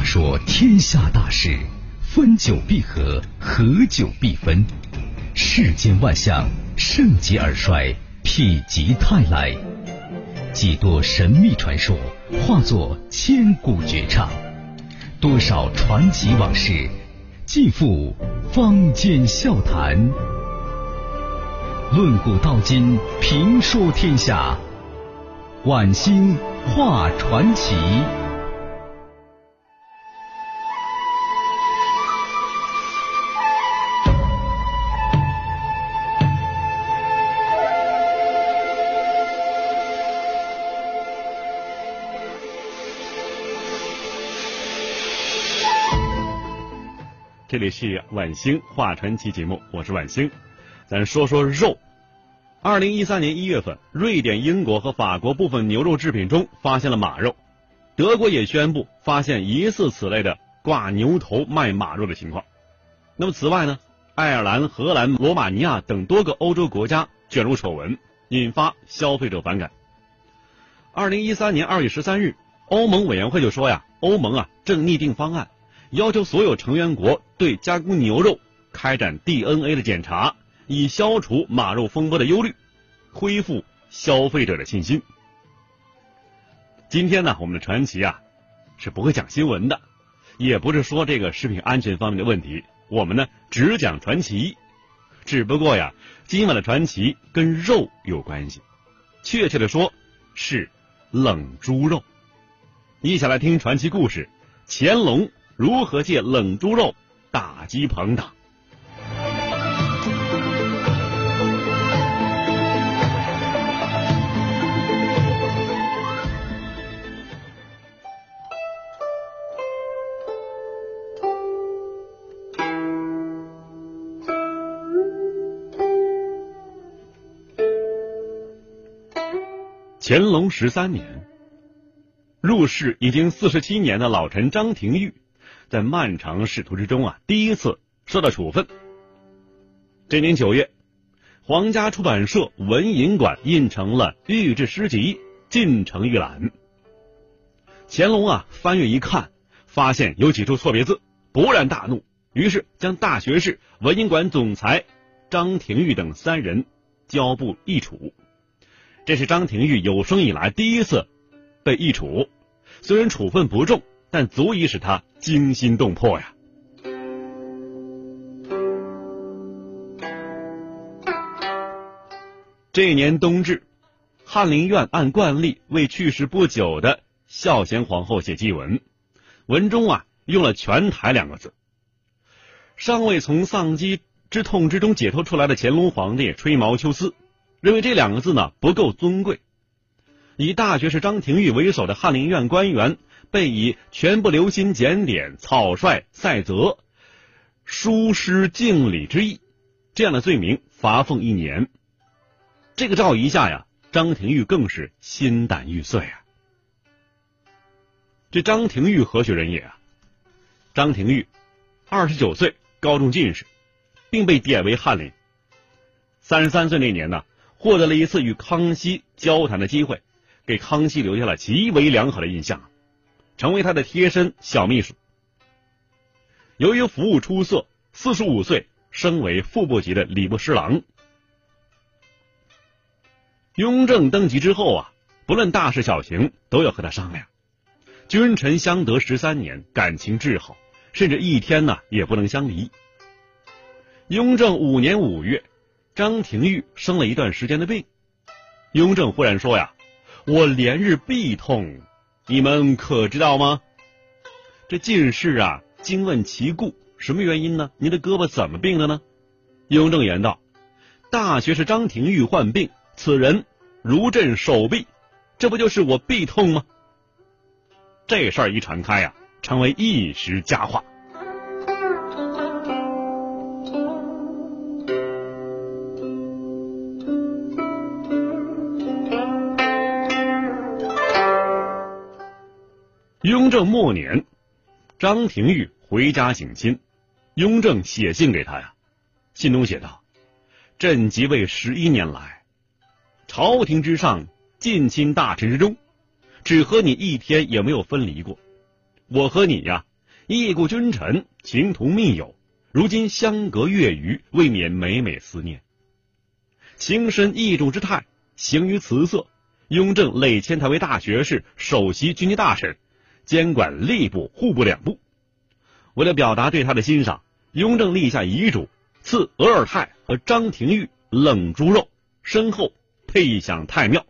说天下大事，分久必合，合久必分。世间万象，盛极而衰，否极泰来。几多神秘传说化作千古绝唱，多少传奇往事尽付坊间笑谈。论古道今，评说天下，晚星话传奇。 这里是晚星话传奇节目，我是晚星。咱说说肉。2013年1月份，瑞典、英国和法国部分牛肉制品中发现了马肉，德国也宣布发现疑似此类的挂牛头卖马肉的情况。那么此外呢，爱尔兰、荷兰、罗马尼亚等多个欧洲国家卷入丑闻，引发消费者反感。2013年2月13日，欧盟委员会就说欧盟正拟定方案，要求所有成员国对加工牛肉开展 DNA 的检查，以消除马肉风波的忧虑，恢复消费者的信心。今天呢，我们的传奇是不会讲新闻的，也不是说这个食品安全方面的问题，我们呢只讲传奇。只不过今晚的传奇跟肉有关系，确切的说是冷猪肉。一起来听传奇故事，乾隆如何借冷猪肉打击朋党。乾隆13年，入仕已经47年的老臣张廷玉，在漫长仕途之中第一次受到处分。这年9月，皇家出版社文银馆印成了《御制诗集》，进呈预览。乾隆翻阅一看，发现有几处错别字，勃然大怒，于是将大学士、文银馆总裁张廷玉等3人交部议处。这是张廷玉有生以来第一次被议处，虽然处分不重，但足以使他惊心动魄呀。这一年冬至，翰林院按惯例为去世不久的孝贤皇后写祭文，文中用了全台2个字。尚未从丧妻之痛之中解脱出来的乾隆皇帝吹毛求疵，认为这2个字呢不够尊贵。以大学士张廷玉为首的翰林院官员被以全不留心检点、草率塞责、疏失敬礼之意这样的罪名罚俸1年。这个诏一下张廷玉更是心胆欲碎这张廷玉何许人也张廷玉29岁，高中进士，并被点为翰林。33岁那年获得了一次与康熙交谈的机会，给康熙留下了极为良好的印象，成为他的贴身小秘书。由于服务出色，45岁升为副部级的礼部侍郎。雍正登基之后不论大事小情都要和他商量。君臣相得13年，感情至好，甚至一天也不能相离。雍正5年5月，张廷玉生了一段时间的病。雍正忽然说我连日必痛，你们可知道吗？这进士惊问其故，什么原因呢？您的胳膊怎么病的呢？雍正言道：大学士张廷玉患病，此人如朕手臂，这不就是我臂痛吗？这事儿一传开成为一时佳话。雍正末年，张廷玉回家省亲，雍正写信给他信中写道：朕即位11年来，朝廷之上，近亲大臣之中，只和你一天也没有分离过。我和你忆故君臣，情同密友，如今相隔月余，未免每每思念。情深意重之态，形于辞色。雍正累迁他为大学士，首席军机大臣，监管吏部、户部两部。为了表达对他的欣赏，雍正立下遗嘱，赐额尔泰和张廷玉冷猪肉，身后配享太庙。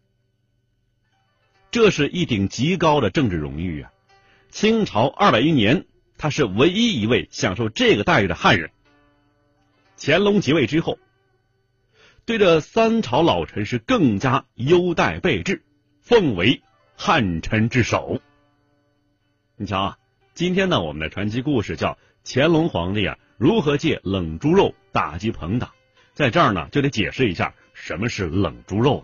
这是一顶极高的政治荣誉啊！清朝201年，他是唯一一位享受这个待遇的汉人。乾隆即位之后，对这三朝老臣是更加优待备至，奉为汉臣之首。你瞧啊，今天呢，我们的传奇故事叫乾隆皇帝如何借冷猪肉打击朋党。在这儿呢，就得解释一下什么是冷猪肉了。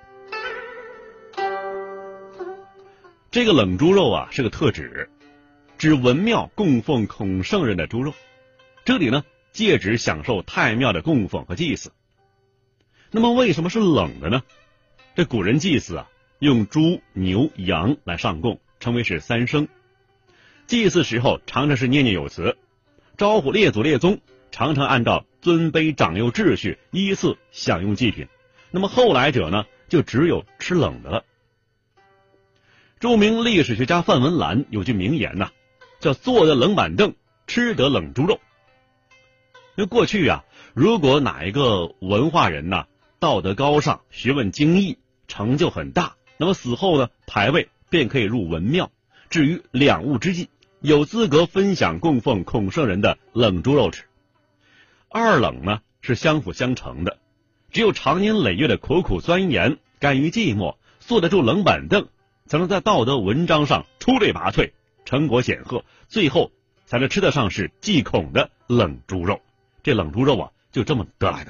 这个冷猪肉是个特指，指文庙供奉孔圣人的猪肉。这里呢，借指享受太庙的供奉和祭祀。那么为什么是冷的呢？这古人祭祀用猪、牛、羊来上供，称为是三牲。祭祀时候常常是念念有词，招呼列祖列宗，常常按照尊卑长幼秩序依次享用祭品。那么后来者呢，就只有吃冷的了。著名历史学家范文澜有句名言叫坐得冷板凳，吃得冷猪肉。因为过去如果哪一个文化人道德高尚，学问精益，成就很大，那么死后呢，牌位便可以入文庙。至于两物之际，有资格分享供奉孔圣人的冷猪肉吃。二冷呢是相辅相成的，只有长年累月的苦苦钻研，甘于寂寞，坐得住冷板凳，才能在道德文章上出类拔萃，成果显赫，最后才能吃得上是祭孔的冷猪肉。这冷猪肉就这么得来的。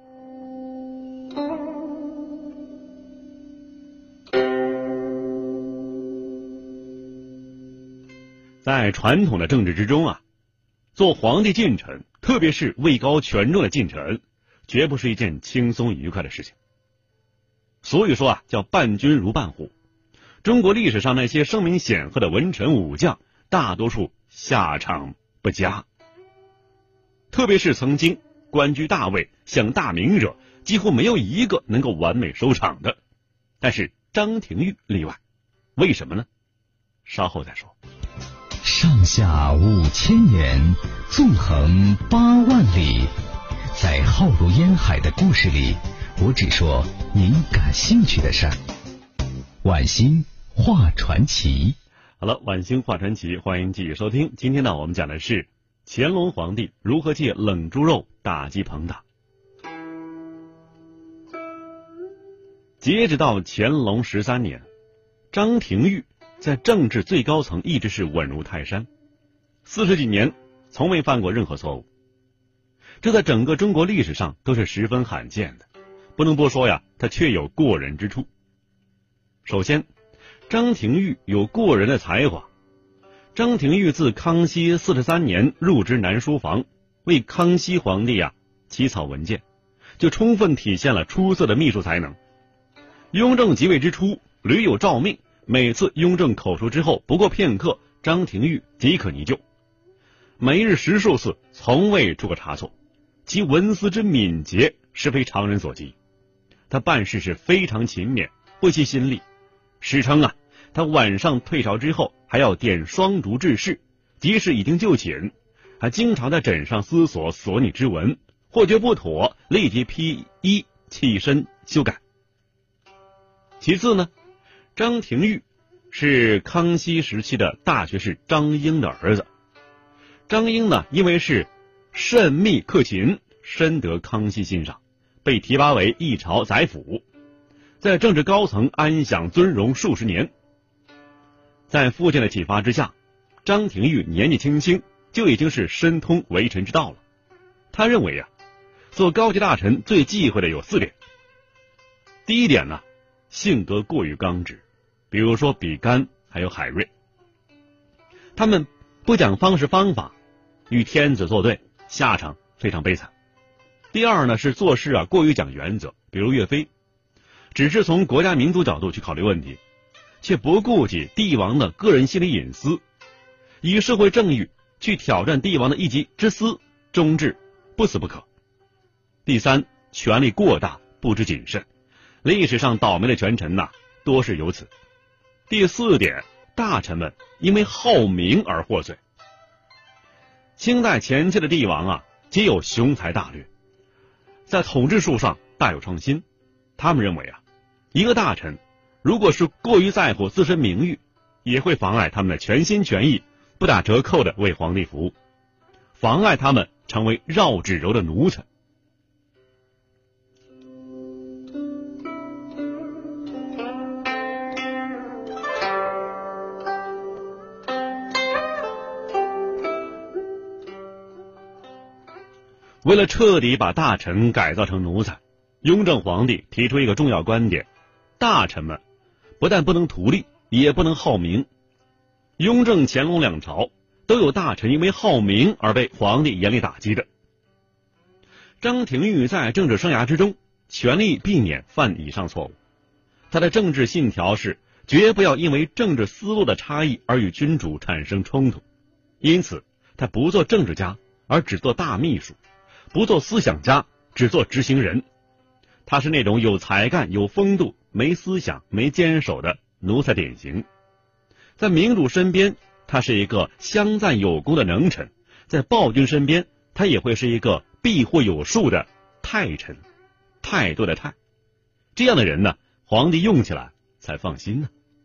在传统的政治之中做皇帝近臣，特别是位高权重的近臣，绝不是一件轻松愉快的事情。所以说叫伴君如伴虎。中国历史上那些声名显赫的文臣武将，大多数下场不佳。特别是曾经官居大位、享大名者，几乎没有一个能够完美收场的。但是张廷玉例外，为什么呢？稍后再说。 上下5000年，纵横8万里，在浩如烟海的故事里，我只说您感兴趣的事儿。晚星话传奇。 好了，晚星话传奇，欢迎继续收听。今天呢，我们讲的是乾隆皇帝如何借冷猪肉打击朋党。截止到乾隆13年，张廷玉在政治最高层一直是稳如泰山，40几年从未犯过任何错误，这在整个中国历史上都是十分罕见的。不能不说他确有过人之处。首先，张廷玉有过人的才华。张廷玉自康熙43年入职南书房，为康熙皇帝起草文件，就充分体现了出色的秘书才能。雍正即位之初，屡有诏命，每次雍正口述之后，不过片刻，张廷玉即可拟就，每日10数次，从未出过差错，其文思之敏捷是非常人所及。他办事是非常勤勉，不惜心力。史称他晚上退朝之后还要点双烛致仕，即使已经就寝，还经常在枕上思索所拟之文，或觉不妥，立即披衣起身修改。其次呢，张廷玉是康熙时期的大学士张英的儿子。张英呢，因为是慎密克勤，深得康熙欣赏，被提拔为一朝宰辅，在政治高层安享尊荣数十年。在父亲的启发之下，张廷玉年纪轻轻就已经是深通为臣之道了。他认为做高级大臣最忌讳的有4点。第一点呢，性格过于刚直，比如说比干还有海瑞，他们不讲方式方法，与天子作对，下场非常悲惨。第二呢，是做事过于讲原则，比如岳飞，只是从国家民族角度去考虑问题，却不顾及帝王的个人心理隐私， 以社会正义去挑战帝王的一己之私，终至不死不可。第三，权力过大，不知谨慎，历史上倒霉的权臣多是由此。第四点，大臣们因为好名而获罪。清代前期的帝王皆有雄才大略，在统治术上大有创新。他们认为一个大臣如果是过于在乎自身名誉，也会妨碍他们的全心全意不打折扣的为皇帝服务，妨碍他们成为绕指柔的奴才。为了彻底把大臣改造成奴才，雍正皇帝提出一个重要观点：大臣们不但不能图利，也不能好名。雍正、乾隆两朝都有大臣因为好名而被皇帝严厉打击的。张廷玉在政治生涯之中全力避免犯以上错误，他的政治信条是绝不要因为政治思路的差异而与君主产生冲突，因此他不做政治家，而只做大秘书；不做思想家，只做执行人。他是那种有才干、有风度、没思想、没坚守的奴才典型。在明主身边，他是一个相赞有功的能臣；在暴君身边，他也会是一个庇护有术的太臣，态度的态。这样的人皇帝用起来才放心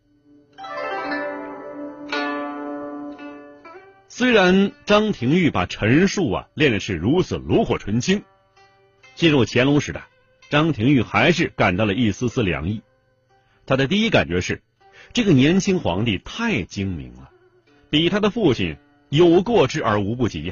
虽然张廷玉把陈述练的是如此炉火纯青，进入乾隆时代，张廷玉还是感到了一丝丝凉意。他的第一感觉是，这个年轻皇帝太精明了，比他的父亲有过之而无不及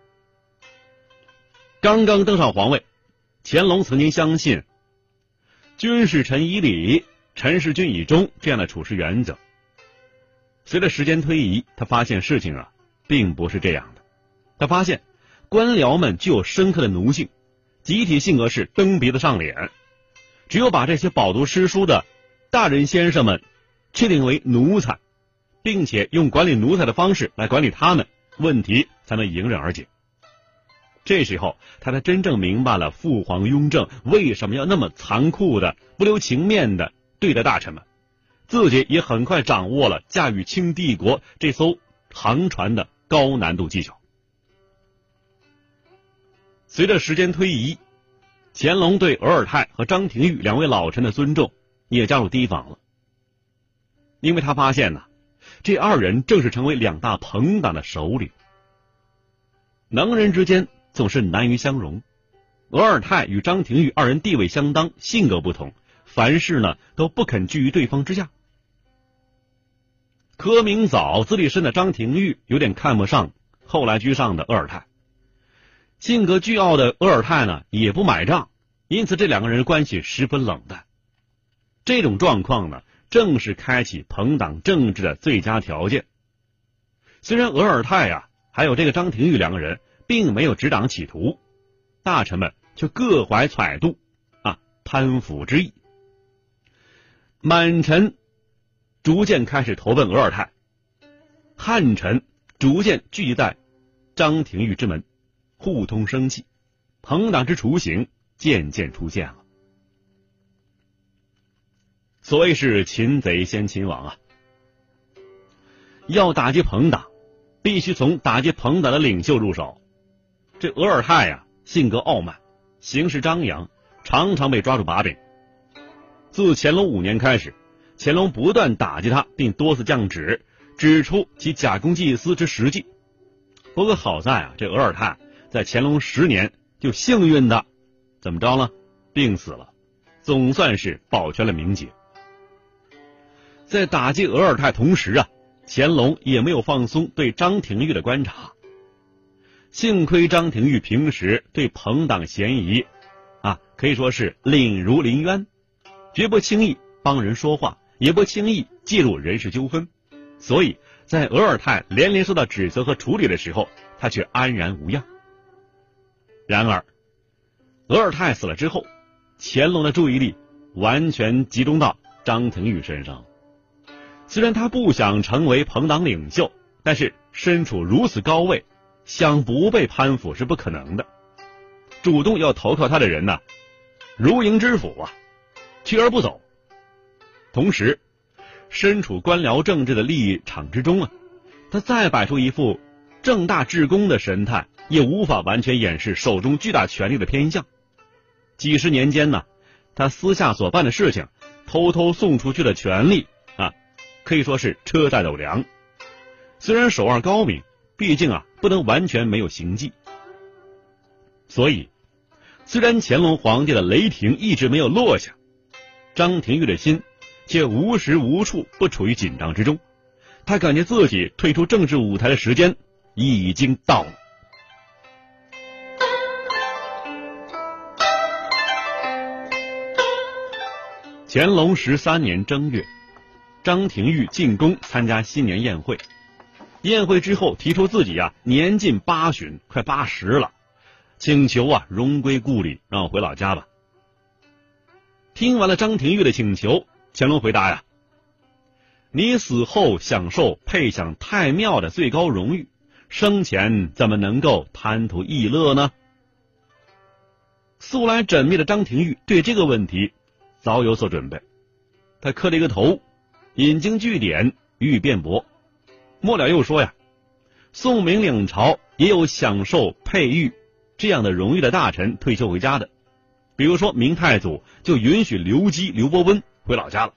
刚刚登上皇位，乾隆曾经相信君是臣以礼，臣是君以忠这样的处事原则。随着时间推移，他发现事情并不是这样的。他发现官僚们具有深刻的奴性，集体性格是蹬鼻子上脸。只有把这些饱读诗书的大人先生们确定为奴才，并且用管理奴才的方式来管理他们，问题才能迎刃而解。这时候他才真正明白了父皇雍正为什么要那么残酷的、不留情面的对待大臣们，自己也很快掌握了驾驭清帝国这艘航船的高难度技巧。随着时间推移，乾隆对额尔泰和张廷玉两位老臣的尊重也加入提防了，因为他发现这二人正是成为两大朋党的首领。能人之间总是难于相容，额尔泰与张廷玉二人地位相当，性格不同，凡事都不肯居于对方之下。科名早、资历深的张廷玉有点看不上后来居上的额尔泰，性格倨傲的额尔泰也不买账，因此这两个人关系十分冷淡。这种状况正是开启朋党政治的最佳条件。虽然额尔泰还有这个张廷玉两个人并没有执掌企图，大臣们却各怀揣度贪腐之意。满臣逐渐开始投奔额尔泰，汉臣逐渐聚集在张廷玉之门，互通生气，朋党之雏形渐渐出现了。所谓是擒贼先擒王要打击朋党，必须从打击朋党的领袖入手。这额尔泰性格傲慢，行事张扬，常常被抓住把柄。自乾隆5年开始，乾隆不断打击他，并多次降旨，指出其假公济私之实际。不过好在这额尔泰在乾隆10年就幸运的怎么着呢？病死了，总算是保全了名节。在打击额尔泰同时乾隆也没有放松对张廷玉的观察。幸亏张廷玉平时对朋党嫌疑可以说是凛如临渊，绝不轻易帮人说话，也不轻易介入人事纠纷，所以在额尔泰连连受到指责和处理的时候，他却安然无恙。然而额尔泰死了之后，乾隆的注意力完全集中到张廷玉身上。虽然他不想成为朋党领袖， 但是身处如此高位，想不被攀附是不可能的。主动要投靠他的人呢，如迎知府啊，去而不走。同时，身处官僚政治的立场之中啊，他再摆出一副正大至公的神态，也无法完全掩饰手中巨大权力的偏向。几十年间呢，他私下所办的事情，偷偷送出去的权力啊，可以说是车载斗量。虽然手腕高明，毕竟啊不能完全没有行迹。所以虽然乾隆皇帝的雷霆一直没有落下，张廷玉的心却无时无处不处于紧张之中。他感觉自己退出政治舞台的时间已经到了。乾隆13年正月，张廷玉进宫参加新年宴会。宴会之后提出自己年近80，快80了，请求荣归故里，让我回老家吧。听完了张廷玉的请求，乾隆回答你死后享受配享太庙的最高荣誉，生前怎么能够贪图逸乐呢？素来缜密的张廷玉对这个问题早有所准备，他磕了一个头，引经据典，予以辩驳。末了又说宋明两朝也有享受佩玉这样的荣誉的大臣退休回家的，比如说明太祖就允许刘基、刘伯温回老家了。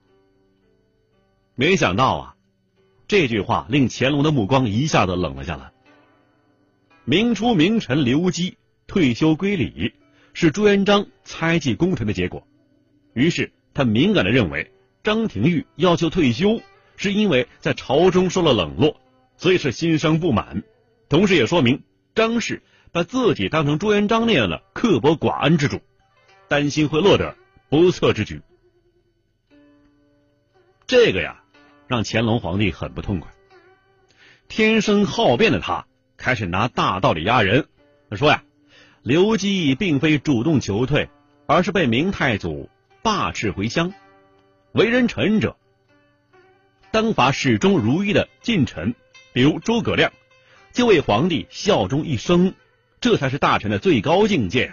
没想到这句话令乾隆的目光一下子冷了下来。明初名臣刘基退休归里，是朱元璋猜忌功臣的结果。于是他敏感地认为张廷玉要求退休是因为在朝中受了冷落，所以是心生不满，同时也说明张氏把自己当成朱元璋那样的刻薄寡恩之主，担心会落得不测之局。这个让乾隆皇帝很不痛快。天生好辩的他开始拿大道理压人。他说刘基并非主动求退，而是被明太祖罢斥回乡。为人臣者，当法始终如一的近臣，比如诸葛亮，就为皇帝效忠一生，这才是大臣的最高境界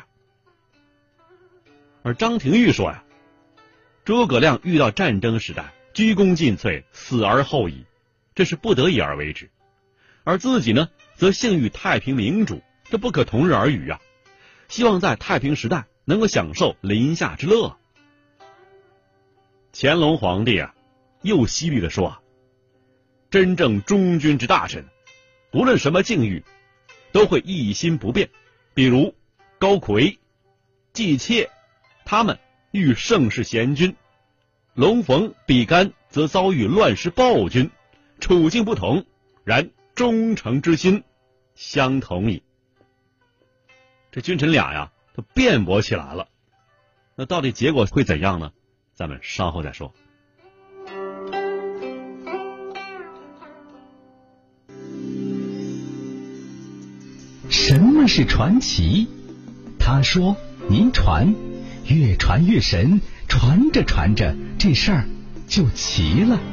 而张廷玉说诸葛亮遇到战争时代，鞠躬尽瘁，死而后已，这是不得已而为之。而自己呢，则幸于太平民主，这不可同日而语希望在太平时代能够享受临下之乐。乾隆皇帝又犀利地说真正忠君之大臣，无论什么境遇，都会一心不变。比如高逵、季妾，他们遇盛世贤君；龙逢、比干则遭遇乱世暴君，处境不同，然忠诚之心相同矣。这君臣俩都辩驳起来了。那到底结果会怎样呢？咱们稍后再说。 什么是传奇？他说您传，越传越神，传着传着这事儿就齐了。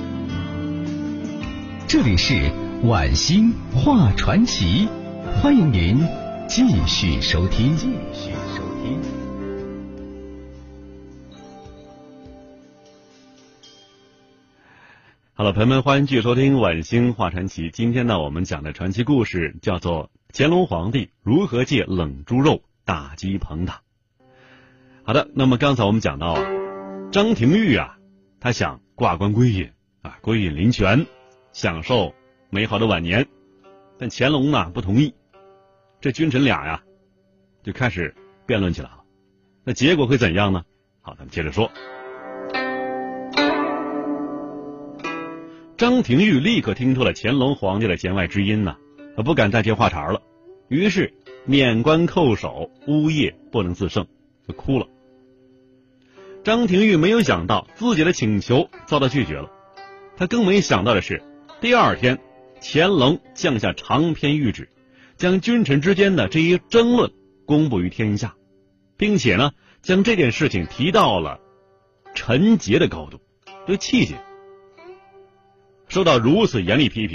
这里是晚星话传奇，欢迎您继续收听。 好了，朋友们，欢迎继续收听晚星话传奇。今天呢，我们讲的传奇故事叫做乾隆皇帝如何借冷猪肉打击彭党。好的，那么刚才我们讲到张廷玉他想挂冠归隐归隐林泉，享受美好的晚年，但乾隆呢不同意。这君臣俩就开始辩论起来了。那结果会怎样呢？好，咱们接着说。张廷玉立刻听出了乾隆皇帝的弦外之音不敢再接话茬了，于是免冠叩首，呜咽不能自胜，就哭了。张廷玉没有想到自己的请求遭到拒绝了，他更没想到的是，第二天乾隆降下长篇谕旨，将君臣之间的这一争论公布于天下，并且呢，将这件事情提到了臣节的高度，这气节。受到如此严厉批评，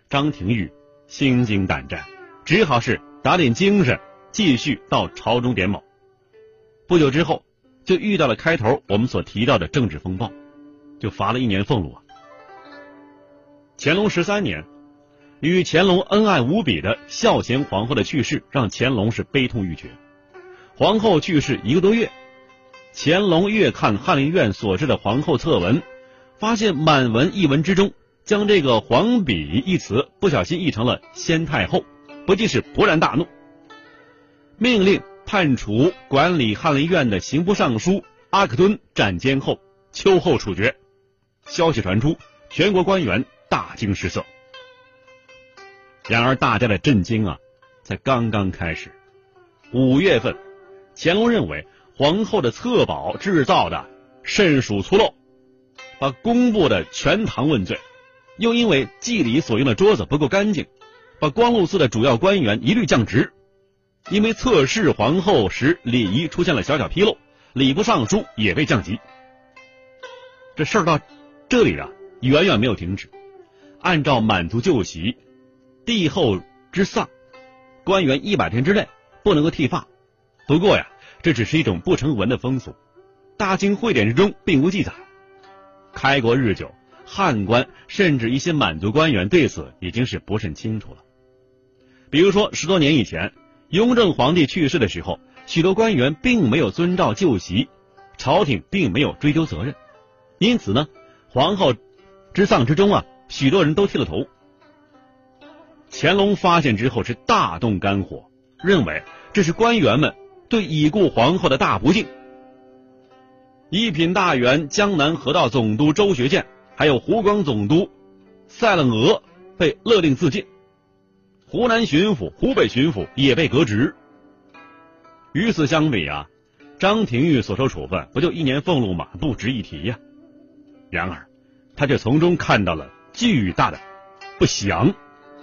张廷玉心惊胆战，只好是打点精神，继续到朝中点卯。不久之后，就遇到了开头我们所提到的政治风暴，就罚了1年俸禄啊。乾隆13年，与乾隆恩爱无比的孝贤皇后的去世，让乾隆是悲痛欲绝。皇后去世1个多月，乾隆阅看翰林院所制的皇后册文，发现满文一文之中，将这个皇比一词不小心译成了先太后，不禁是勃然大怒，命令判处管理翰林院的刑部尚书阿克敦斩监后，秋后处决。消息传出，全国官员大惊失色。然而大家的震惊啊，才刚刚开始。5月份，乾隆认为皇后的册宝制造的甚属粗陋，把工部的全堂问罪，又因为祭礼所用的桌子不够干净，把光禄寺的主要官员一律降职。因为测试皇后时礼仪出现了小小纰漏，礼部尚书也被降级。这事儿到这里啊，远远没有停止。按照满族旧习，帝后之丧，官员100天之内不能够剃发。不过呀，这只是一种不成文的风俗，大清会典之中并无记载。开国日久，汉官甚至一些满族官员对此已经是不甚清楚了。比如说10多年以前，雍正皇帝去世的时候，许多官员并没有遵照旧习，朝廷并没有追究责任。因此呢，皇后之丧之中啊，许多人都剃了头。乾隆发现之后是大动肝火，认为这是官员们对已故皇后的大不敬。一品大员江南河道总督周学建，还有湖广总督赛勒额被勒令自尽，湖南巡抚、湖北巡抚也被革职。与此相比啊，张廷玉所受处分不就1年俸禄吗？不值一提呀。然而他却从中看到了巨大的不祥。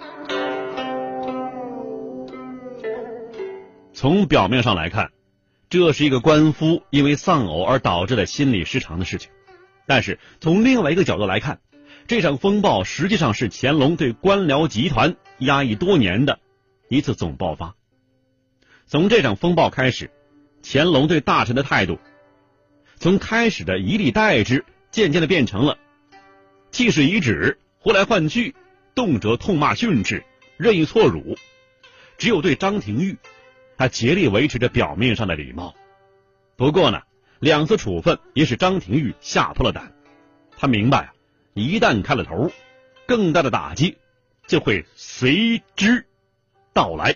从表面上来看，这是一个官夫因为丧偶而导致的心理失常的事情，但是从另外一个角度来看，这场风暴实际上是乾隆对官僚集团压抑多年的一次总爆发。从这场风暴开始，乾隆对大臣的态度从开始的以礼待之，渐渐的变成了气势已止，呼来唤去，动辄痛骂训斥，任意错辱。只有对张廷玉，他竭力维持着表面上的礼貌。不过呢，2次处分也使张廷玉吓破了胆。他明白啊，一旦开了头，更大的打击就会随之到来。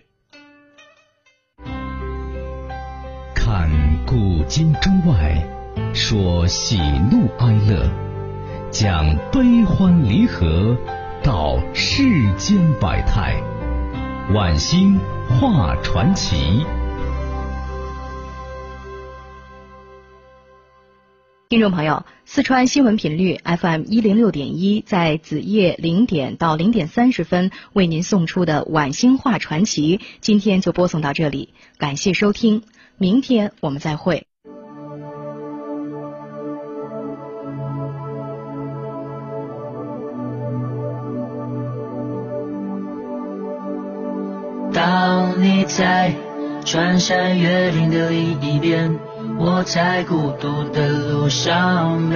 看古今中外，说喜怒哀乐，讲悲欢离合，道世间百态，晚星画传奇。 听众朋友，四川新闻频率 FM106.1在子夜0点到0点30分为您送出的晚星画传奇，今天就播送到这里，感谢收听，明天我们再会。 当你在穿山越岭的另一边，我在孤独的路上。